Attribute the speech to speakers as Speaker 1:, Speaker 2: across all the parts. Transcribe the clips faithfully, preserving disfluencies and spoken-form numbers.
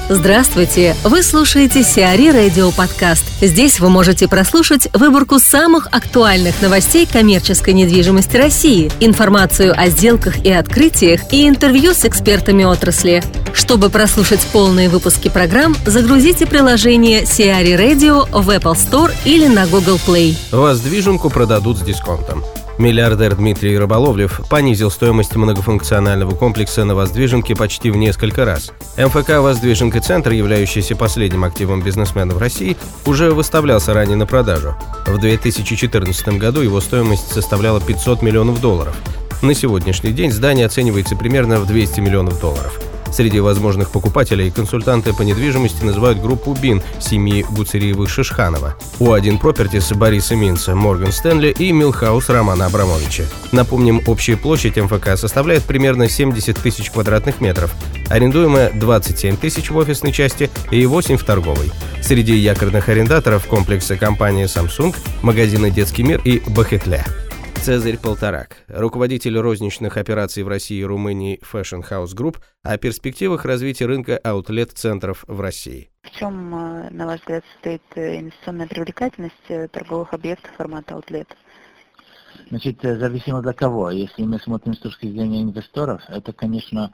Speaker 1: Здравствуйте! Вы слушаете Сиари Радио Подкаст. Здесь вы можете прослушать выборку самых актуальных новостей коммерческой недвижимости России, информацию о сделках и открытиях и интервью с экспертами отрасли. Чтобы прослушать полные выпуски программ, загрузите приложение Сиари Radio в Apple Store или на Google Play.
Speaker 2: Воздвиженку продадут с дисконтом. Миллиардер Дмитрий Рыболовлев понизил стоимость многофункционального комплекса на Воздвиженке почти в несколько раз. МФК «Воздвиженка Центр», являющийся последним активом бизнесмена в России, уже выставлялся ранее на продажу. В две тысячи четырнадцатом году его стоимость составляла пятьсот миллионов долларов. На сегодняшний день здание оценивается примерно в двести миллионов долларов. Среди возможных покупателей консультанты по недвижимости называют группу БИН семьи Гуцериевых-Шишханова, У один Properties Бориса Минца, Морган Стэнли и Милхаус Романа Абрамовича. Напомним, общая площадь МФК составляет примерно семьдесят тысяч квадратных метров, арендуемая двадцать семь тысяч в офисной части и восемь в торговой. Среди якорных арендаторов комплекса компании Samsung, магазины «Детский мир» и «Бахетле». Цезарь Полторак, руководитель розничных операций в России и Румынии Fashion House Group, о перспективах развития рынка аутлет-центров в России.
Speaker 3: В чем, на ваш взгляд, состоит инвестиционная привлекательность торговых объектов формата аутлет?
Speaker 4: Значит, зависимо для кого. Если мы смотрим с точки зрения инвесторов, это, конечно,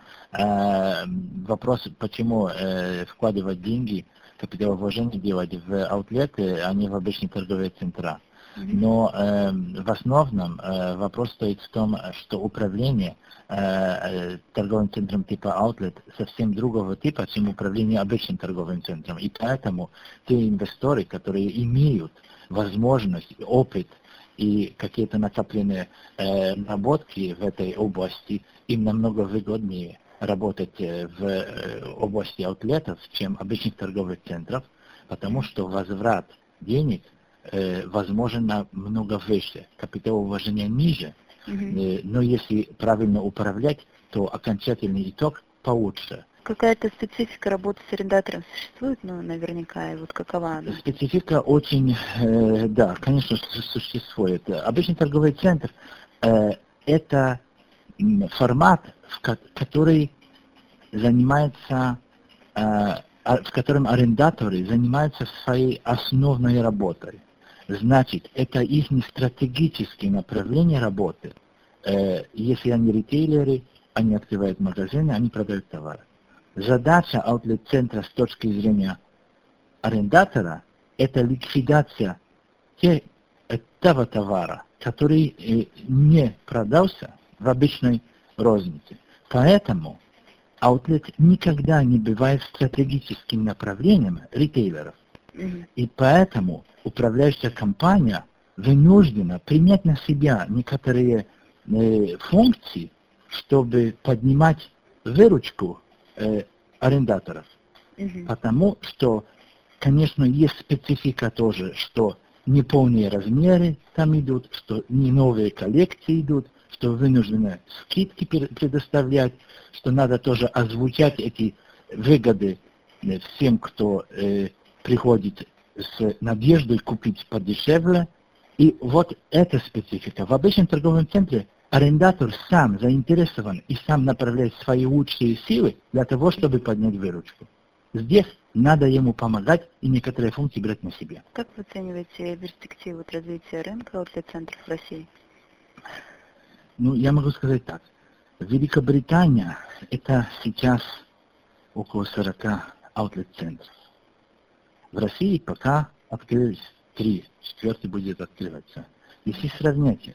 Speaker 4: вопрос, почему вкладывать деньги, капиталовложение делать в аутлеты, а не в обычные торговые центра. Но э, в основном э, вопрос стоит в том, что управление э, торговым центром типа Outlet совсем другого типа, чем управление обычным торговым центром. И поэтому те инвесторы, которые имеют возможность, опыт и какие-то накопленные э, наработки в этой области, им намного выгоднее работать в э, области аутлетов, чем обычных торговых центров, потому что возврат денег возможно намного выше, капиталовложение ниже, mm-hmm. но если правильно управлять, то окончательный итог получше.
Speaker 3: Какая-то специфика работы с арендатором существует, ну, наверняка, и вот какова она?
Speaker 4: Специфика очень, э, да, конечно, существует. Обычный торговый центр э, это формат, в ко- который занимается э, в котором арендаторы занимаются своей основной работой. Значит, это их стратегические направления работы. Э, если они ритейлеры, они открывают магазины, они продают товары. Задача аутлет-центра с точки зрения арендатора – это ликвидация те, этого товара, который э, не продался в обычной рознице. Поэтому аутлет никогда не бывает стратегическим направлением ритейлеров. Mm-hmm. И поэтому управляющая компания вынуждена принять на себя некоторые э, функции, чтобы поднимать выручку э, арендаторов. Mm-hmm. Потому что, конечно, есть специфика тоже, что не полные размеры там идут, что не новые коллекции идут, что вынуждены скидки предоставлять, что надо тоже озвучать эти выгоды всем, кто э, приходит с надеждой купить подешевле. И вот эта специфика. В обычном торговом центре арендатор сам заинтересован и сам направляет свои лучшие силы для того, чтобы поднять выручку. Здесь надо ему помогать и некоторые функции брать на себя.
Speaker 3: Как вы оцениваете перспективы развития рынка аутлет-центров в России?
Speaker 4: Ну, я могу сказать так. Великобритания – это сейчас около сорок аутлет-центров. В России пока открылись три, четвертый будет открываться. Если сравнять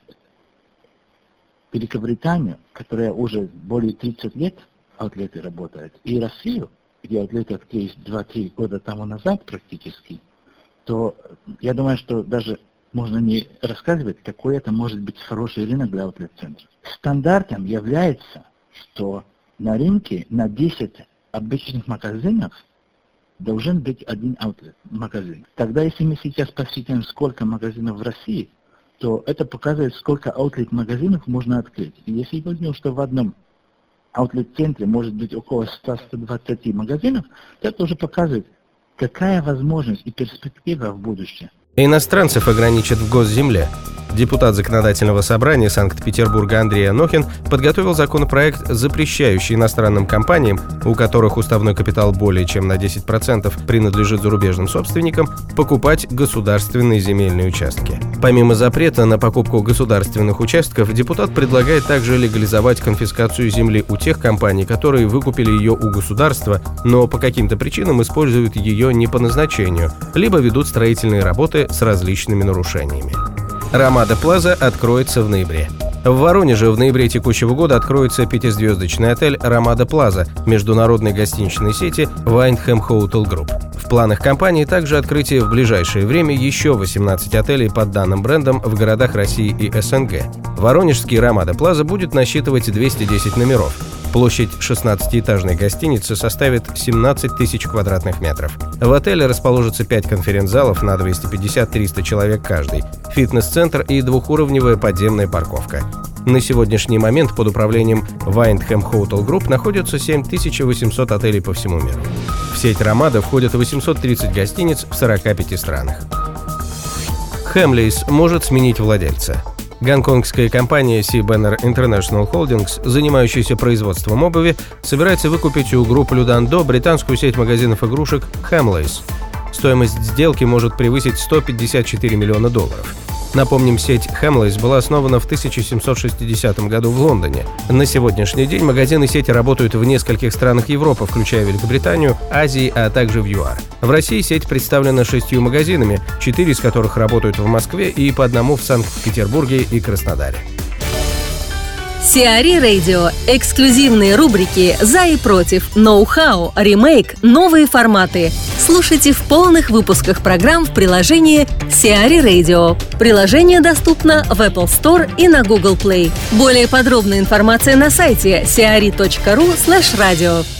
Speaker 4: Великобританию, которая уже более тридцати лет аутлеты работает, и Россию, где аутлеты открылись два-три года тому назад практически, то я думаю, что даже можно не рассказывать, какой это может быть хороший рынок для аутлет-центров. Стандартом является, что на рынке на десять обычных магазинов должен быть один аутлет-магазин. Тогда, если мы сейчас посчитаем, сколько магазинов в России, то это показывает, сколько аутлет-магазинов можно открыть. И если возьмем, что в одном аутлет-центре может быть около ста — ста двадцати магазинов, то это уже показывает, какая возможность и перспектива в будущем.
Speaker 2: Иностранцев ограничат в госземле. Депутат Законодательного собрания Санкт-Петербурга Андрей Анохин подготовил законопроект, запрещающий иностранным компаниям, у которых уставной капитал более чем на десять процентов принадлежит зарубежным собственникам, покупать государственные земельные участки. Помимо запрета на покупку государственных участков, депутат предлагает также легализовать конфискацию земли у тех компаний, которые выкупили ее у государства, но по каким-то причинам используют ее не по назначению, либо ведут строительные работы с различными нарушениями. Рамада Плаза откроется в ноябре. В Воронеже в ноябре текущего года откроется пятизвездочный отель «Рамада Плаза» международной гостиничной сети Wyndham Hotel Group. В планах компании также открытие в ближайшее время еще восемнадцати отелей под данным брендом в городах России и СНГ. Воронежский «Рамада Плаза» будет насчитывать двести десять номеров. Площадь шестнадцатиэтажной гостиницы составит семнадцать тысяч квадратных метров. В отеле расположится пять конференц-залов на двести пятьдесят - триста человек каждый, фитнес-центр и двухуровневая подземная парковка. На сегодняшний момент под управлением Wyndham Hotel Group находятся семь тысяч восемьсот отелей по всему миру. В сеть «Рамада» входят восемьсот тридцать гостиниц в сорока пяти странах. Hamleys может сменить владельца. Гонконгская компания Sea Banner International Holdings, занимающаяся производством обуви, собирается выкупить у группы Людандо британскую сеть магазинов игрушек Hamleys. Стоимость сделки может превысить сто пятьдесят четыре миллиона долларов. Напомним, сеть Hamleys была основана в тысяча семьсот шестидесятом году в Лондоне. На сегодняшний день магазины сети работают в нескольких странах Европы, включая Великобританию, Азии, а также в ЮАР. В России сеть представлена шестью магазинами, четыре из которых работают в Москве и по одному в Санкт-Петербурге и Краснодаре.
Speaker 1: Сиари Radio. Эксклюзивные рубрики «За и против», «Ноу-хау», «Ремейк», «Новые форматы». Слушайте в полных выпусках программ в приложении Сиари Radio. Приложение доступно в Apple Store и на Google Play. Более подробная информация на сайте сиари точка ру слэш радио.